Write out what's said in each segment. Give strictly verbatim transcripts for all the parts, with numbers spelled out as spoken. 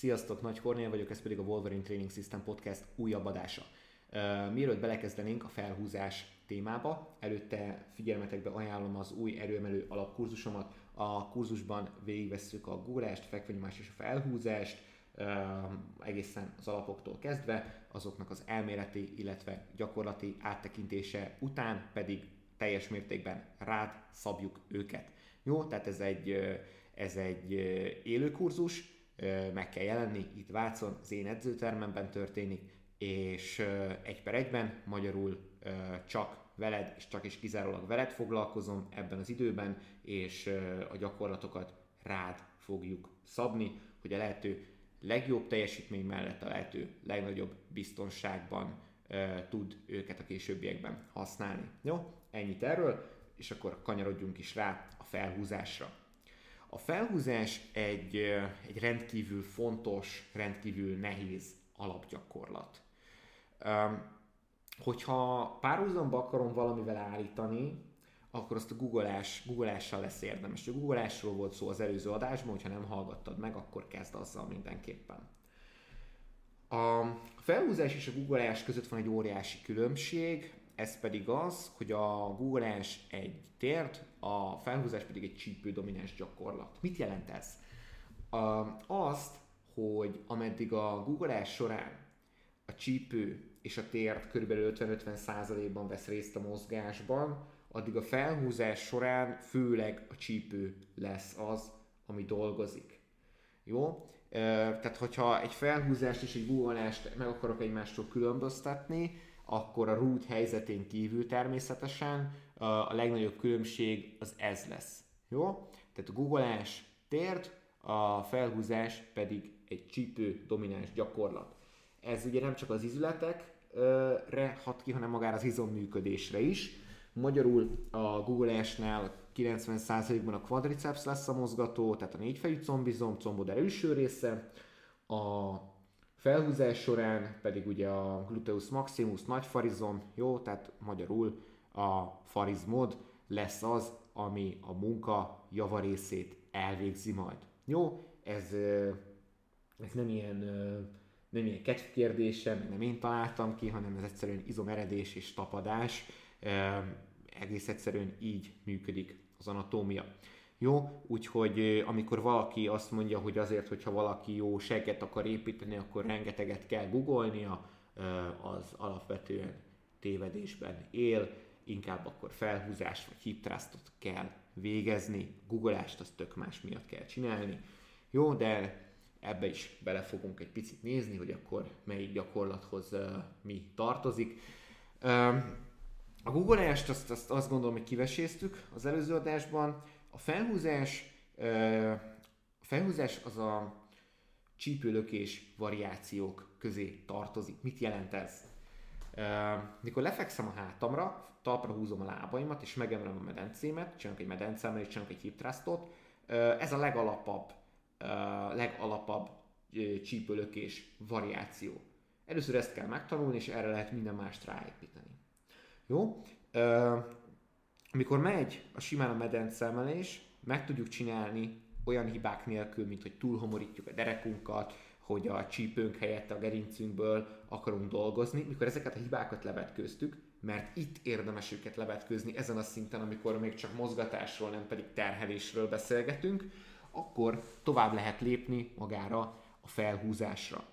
Sziasztok, Nagy Kornél vagyok, ez pedig a Wolverine Training System Podcast újabb adása. Mielőtt belekezdenénk a felhúzás témába, előtte figyelmetekbe ajánlom az új erőemelő alapkurzusomat. A kurzusban végigvesszük a guggolást, fekvenyomást és a felhúzást, egészen az alapoktól kezdve, azoknak az elméleti, illetve gyakorlati áttekintése után pedig teljes mértékben rád szabjuk őket. Jó, tehát ez egy, ez egy élő kurzus, meg kell jelenni, itt Vácon, az én edzőtermemben történik, és egy per egyben, magyarul csak veled, és csak és kizárólag veled foglalkozom ebben az időben, és a gyakorlatokat rád fogjuk szabni, hogy a lehető legjobb teljesítmény mellett a lehető legnagyobb biztonságban tud őket a későbbiekben használni. Jó? Ennyit erről, és akkor kanyarodjunk is rá a felhúzásra. A felhúzás egy, egy rendkívül fontos, rendkívül nehéz alapgyakorlat. Hogyha párhuzamba akarom valamivel állítani, akkor azt a googolás, googolással lesz érdemes. A googolásról volt szó az előző adásban, hogyha nem hallgattad meg, akkor kezd azzal mindenképpen. A felhúzás és a googolás között van egy óriási különbség, ez pedig az, hogy a googolás egy térd, a felhúzás pedig egy csípő domináns gyakorlat. Mit jelent ez? Azt, hogy ameddig a googolás során a csípő és a térd kb. ötven-ötven százalékban vesz részt a mozgásban, addig a felhúzás során főleg a csípő lesz az, ami dolgozik. Jó? Tehát, hogyha egy felhúzást és egy googolást meg akarok egymástól különböztetni, akkor a root helyzetén kívül természetesen a legnagyobb különbség az ez lesz. Jó? Tehát a googolás térd, a felhúzás pedig egy csípő domináns gyakorlat. Ez ugye nem csak az izületekre hat ki, hanem magára az izomműködésre is. Magyarul a googolásnál kilencven százalékban a quadriceps lesz a mozgató, tehát a négyfejű combizom, combod előső része. A felhúzás során pedig ugye a gluteus maximus, nagy farizom, jó, tehát magyarul a farizmod lesz az, ami a munka javarészét elvégzi majd. Jó, ez, ez nem ilyen, nem ilyen kedvkérdése, nem én találtam ki, hanem ez egyszerűen izomeredés és tapadás. Egész egyszerűen így működik az anatómia. Jó, úgyhogy amikor valaki azt mondja, hogy azért, hogyha valaki jó segget akar építeni, akkor rengeteget kell googolnia, az alapvetően tévedésben él, inkább akkor felhúzást vagy hip thrustot kell végezni, googolást azt tök más miatt kell csinálni. Jó, de ebbe is bele fogunk egy picit nézni, hogy akkor melyik gyakorlathoz mi tartozik. A googolást azt, azt, azt gondolom, hogy kiveséztük az előző adásban. A felhúzás, a felhúzás az a csípőlökés variációk közé tartozik. Mit jelent ez? Mikor lefekszem a hátamra, talpra húzom a lábaimat és megemelem a medencémet, csinálok egy medenceemelést, csinálok egy hip thrustot, ez a legalapabb, legalapabb csípőlökés variáció. Először ezt kell megtanulni, és erre lehet minden mást ráépíteni. Jó? Amikor megy a simán a medenceemelés, meg tudjuk csinálni olyan hibák nélkül, mint hogy túlhomorítjuk a derekunkat, hogy a csípőnk helyett a gerincünkből akarunk dolgozni, mikor ezeket a hibákat levetkőztük, mert itt érdemes őket levetkőzni ezen a szinten, amikor még csak mozgatásról, nem pedig terhelésről beszélgetünk, akkor tovább lehet lépni magára a felhúzásra.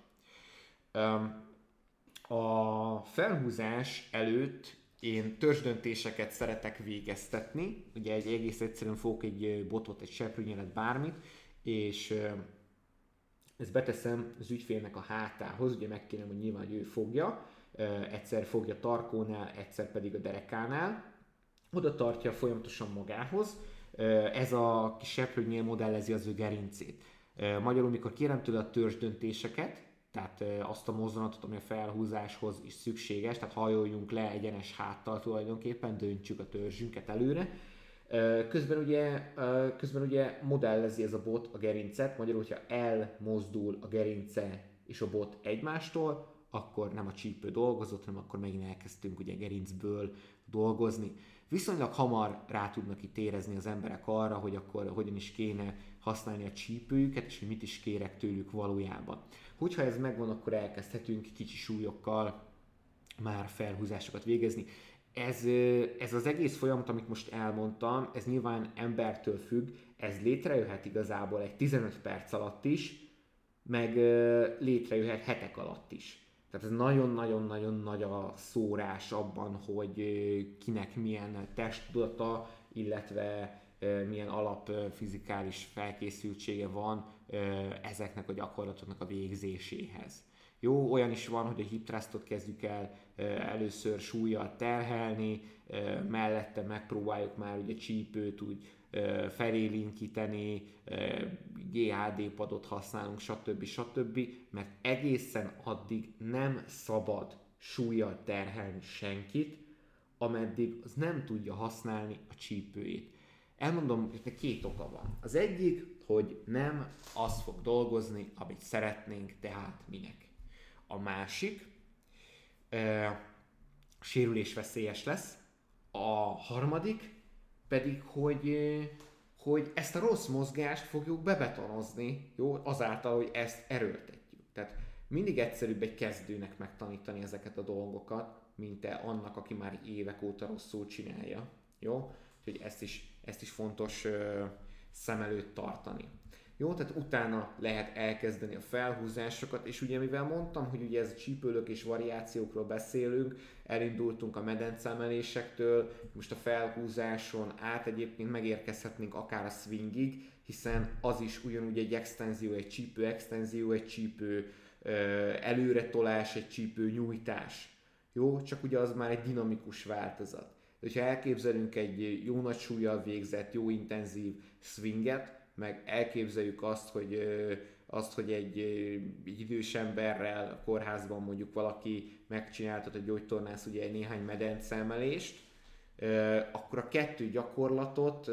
A felhúzás előtt én törzsdöntéseket szeretek végeztetni, ugye egy egész egyszerűen fogok egy botot, egy seprűnyelet, bármit, és ezt beteszem az ügyfélnek a hátához, ugye megkérem, hogy nyilván, hogy ő fogja, egyszer fogja tarkónál, egyszer pedig a derekánál, oda tartja folyamatosan magához, ez a kis seprűnyél modellezi az ő gerincét. Magyarul, mikor kérem tőle a törzsdöntéseket, tehát azt a mozdulatot, ami a felhúzáshoz is szükséges, tehát hajoljunk le egyenes háttal tulajdonképpen, döntsük a törzsünket előre. Közben ugye, közben ugye modellezi ez a bot a gerincet, magyarul, hogyha elmozdul a gerince és a bot egymástól, akkor nem a csípő dolgozott, hanem akkor megint elkezdtünk ugye gerincből dolgozni. Viszonylag hamar rá tudnak itt érezni az emberek arra, hogy akkor hogyan is kéne használni a csípőjüket, és hogy mit is kérek tőlük valójában. Hogyha ez megvan, akkor elkezdhetünk kicsi súlyokkal már felhúzásokat végezni. Ez, ez az egész folyamat, amit most elmondtam, ez nyilván embertől függ, ez létrejöhet igazából egy tizenöt perc alatt is, meg létrejöhet hetek alatt is. Tehát ez nagyon-nagyon-nagyon nagy a szórás abban, hogy kinek milyen testtudata, illetve milyen alapfizikális felkészültsége van ezeknek a gyakorlatoknak a végzéséhez. Jó, olyan is van, hogy a hip thrustot kezdjük el először súllyal terhelni, mellette megpróbáljuk már ugye csípőt úgy felélénkíteni, gé há dé padot használunk, stb. stb. Mert egészen addig nem szabad súllyal terhelni senkit, ameddig az nem tudja használni a csípőjét. Elmondom, hogy két oka van. Az egyik, hogy nem az fog dolgozni, amit szeretnénk, tehát minek. A másik, e, sérülésveszélyes lesz. A harmadik pedig, hogy, hogy ezt a rossz mozgást fogjuk bebetonozni, jó, azáltal, hogy ezt erőltetjük. Tehát mindig egyszerűbb egy kezdőnek megtanítani ezeket a dolgokat, mint annak, aki már évek óta rosszul csinálja. Jó? Úgyhogy ezt is, ezt is fontos ö, szem előtt tartani. Jó, tehát utána lehet elkezdeni a felhúzásokat, és ugye mivel mondtam, hogy ugye ez a csípőlök és variációkról beszélünk, elindultunk a medenceemelésektől, most a felhúzáson át egyébként megérkezhetnénk akár a swingig, hiszen az is ugyanúgy egy extenzió, egy csípő extenzió, egy csípő ö, előretolás, egy csípő nyújtás. Jó, csak ugye az már egy dinamikus változat. De ha elképzelünk egy jó nagy súllyal végzett, jó intenzív swinget, meg elképzeljük azt, hogy, azt, hogy egy, egy idős emberrel a kórházban mondjuk valaki megcsináltat a gyógytornász ugye egy néhány medenceemelést, akkor a kettő gyakorlatot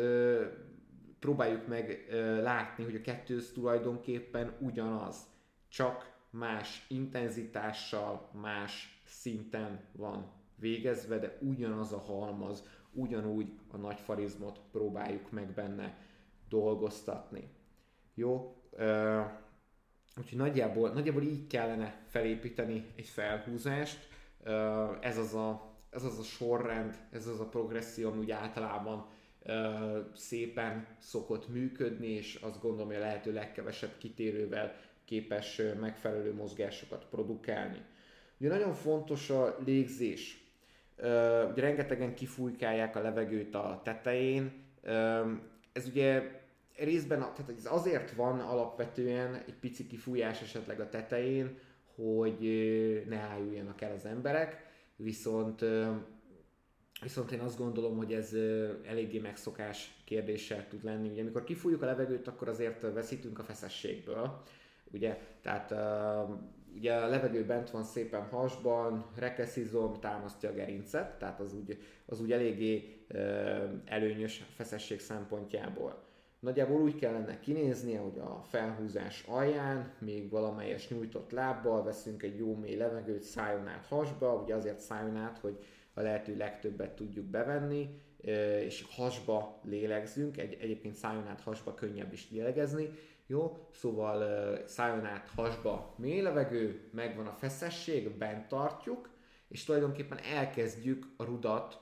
próbáljuk meg látni, hogy a kettő tulajdonképpen ugyanaz, csak más intenzitással, más szinten van végezve, de ugyanaz a halmaz, ugyanúgy a nagy farizmot próbáljuk meg benne dolgoztatni. Jó? Uh, úgyhogy nagyjából, nagyjából így kellene felépíteni egy felhúzást. Uh, ez, az a, ez az a sorrend, ez az a progresszió, ami úgy általában uh, szépen szokott működni, és azt gondolom, hogy a lehető legkevesebb kitérővel képes uh, megfelelő mozgásokat produkálni. Ugye nagyon fontos a légzés. Uh, ugye rengetegen kifújkálják a levegőt a tetején. Uh, ez ugye részben, tehát ez azért van alapvetően egy pici kifújás esetleg a tetején, hogy ne ájuljanak el az emberek, viszont, viszont én azt gondolom, hogy ez eléggé megszokás kérdéssel tud lenni. Ugye amikor kifújjuk a levegőt, akkor azért veszítünk a feszességből, ugye, tehát ugye a levegő bent van szépen hasban, rekeszizom támasztja a gerincet, tehát az úgy, az úgy eléggé előnyös feszesség szempontjából. Nagyjából úgy kellene kinéznie, hogy a felhúzás alján, még valamelyes nyújtott lábbal veszünk egy jó mély levegőt szájon át hasba, ugye azért szájon át, hogy a lehető legtöbbet tudjuk bevenni, és hasba lélegzünk, egy, egyébként szájon át hasba könnyebb is lélegezni, jó? Szóval szájon át hasba mély levegő, megvan a feszesség, bent tartjuk, és tulajdonképpen elkezdjük a rudat,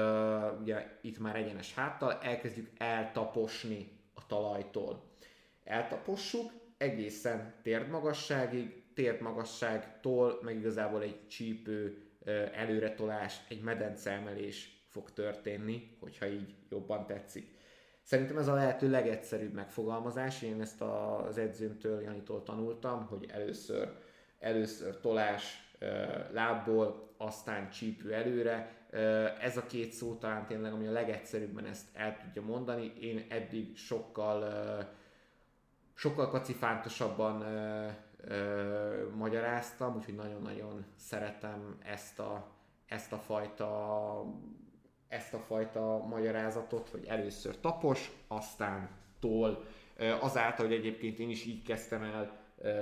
ugye itt már egyenes háttal, elkezdjük eltaposni a talajtól. Eltapossuk egészen térdmagasságig, térdmagasságtól meg igazából egy csípő előretolás, egy medenceemelés fog történni, hogyha így jobban tetszik. Szerintem ez a lehető legegyszerűbb megfogalmazás, én ezt az edzőmtől, Janitól tanultam, hogy először, először tolás lábból, aztán csípő előre. Ez a két szó talán tényleg, ami a legegyszerűbben ezt el tudja mondani. Én eddig sokkal, sokkal kacifántosabban magyaráztam, úgyhogy nagyon-nagyon szeretem ezt a, ezt a fajta ezt a fajta magyarázatot, hogy először tapos, aztán tol. Azáltal, hogy egyébként én is így kezdtem el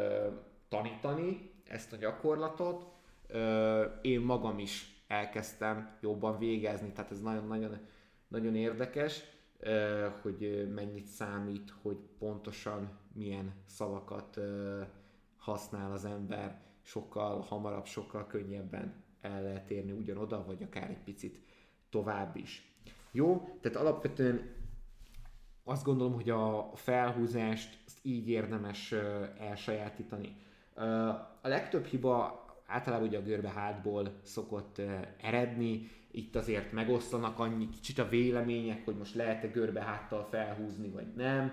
tanítani ezt a gyakorlatot, én magam is elkezdtem jobban végezni, tehát ez nagyon-nagyon nagyon érdekes. hogy mennyit számít, hogy pontosan milyen szavakat használ az ember, sokkal hamarabb, sokkal könnyebben el lehet érni ugyanoda, vagy akár egy picit tovább is. Jó, tehát alapvetően azt gondolom, hogy a felhúzást azt így érdemes elsajátítani. A legtöbb hiba általában ugye a görbe hátból szokott eredni, itt azért megoszlanak annyi kicsit a vélemények, hogy most lehet-e görbe háttal felhúzni, vagy nem.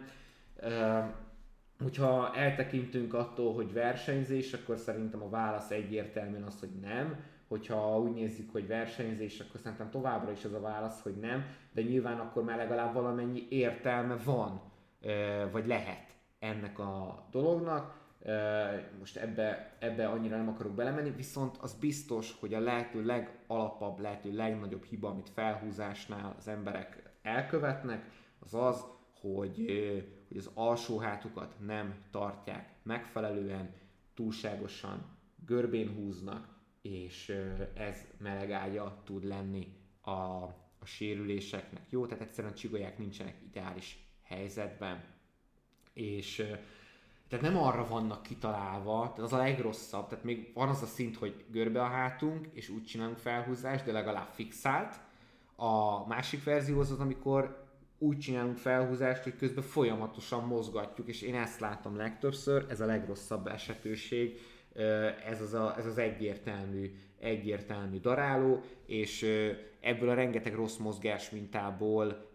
Hogyha eltekintünk attól, hogy versenyzés, akkor szerintem a válasz egyértelműen az, hogy nem. Hogyha úgy nézzük, hogy versenyzés, akkor szerintem továbbra is az a válasz, hogy nem, de nyilván akkor már legalább valamennyi értelme van, vagy lehet ennek a dolognak. Most ebbe, ebbe annyira nem akarok belemenni, viszont az biztos, hogy a lehető legalapabb, lehető legnagyobb hiba, amit felhúzásnál az emberek elkövetnek, az az, hogy, hogy az alsóhátukat nem tartják megfelelően, túlságosan görbén húznak, és ez melegágya tud lenni a, a sérüléseknek. Jó, tehát egyszerűen a csigolyák nincsenek ideális helyzetben, és tehát nem arra vannak kitalálva, tehát az a legrosszabb, tehát még van az a szint, hogy görbe a hátunk, és úgy csinálunk felhúzást, de legalább fixált. A másik verzió az az, amikor úgy csinálunk felhúzást, hogy közben folyamatosan mozgatjuk, és én ezt látom legtöbbször, ez a legrosszabb esetőség, ez az, a, ez az egyértelmű, egyértelmű daráló, és ebből a rengeteg rossz mozgás mintából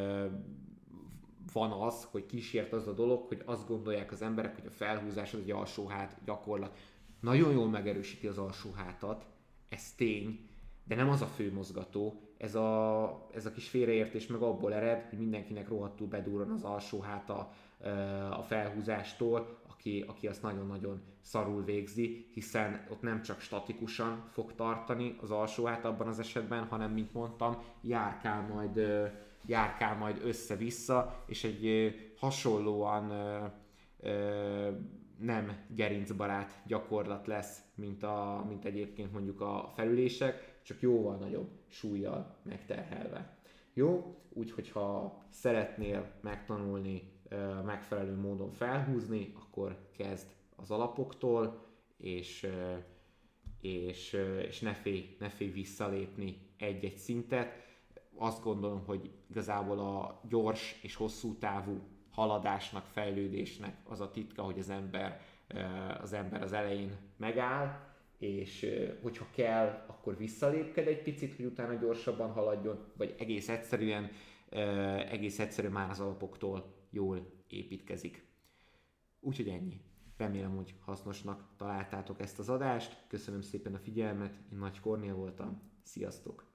van az, hogy kísért az a dolog, hogy azt gondolják az emberek, hogy a felhúzás az egy alsóhát gyakorlat. Nagyon jól megerősíti az alsóhátat, ez tény, de nem az a fő mozgató. Ez a, ez a kis félreértés meg abból ered, hogy mindenkinek rohadtul bedurran az alsóháta a felhúzástól, aki, aki azt nagyon-nagyon szarul végzi, hiszen ott nem csak statikusan fog tartani az alsóhát abban az esetben, hanem, mint mondtam, járkál majd, járkál majd össze-vissza, és egy hasonlóan nem gerincbarát gyakorlat lesz, mint, a, mint egyébként mondjuk a felülések, csak jóval nagyobb súllyal megterhelve. Jó? Úgyhogy ha szeretnél megtanulni megfelelő módon felhúzni, akkor kezd az alapoktól, és, és, és ne félj, ne félj visszalépni egy-egy szintet. Azt gondolom, hogy igazából a gyors és hosszú távú haladásnak, fejlődésnek az a titka, hogy az ember az, ember az elején megáll, és hogyha kell, akkor visszalépked egy picit, hogy utána gyorsabban haladjon, vagy egész egyszerűen, egész egyszerűen már az alapoktól jól építkezik. Úgyhogy ennyi. Remélem, hogy hasznosnak találtátok ezt az adást. Köszönöm szépen a figyelmet, én Nagy Kornél voltam. Sziasztok!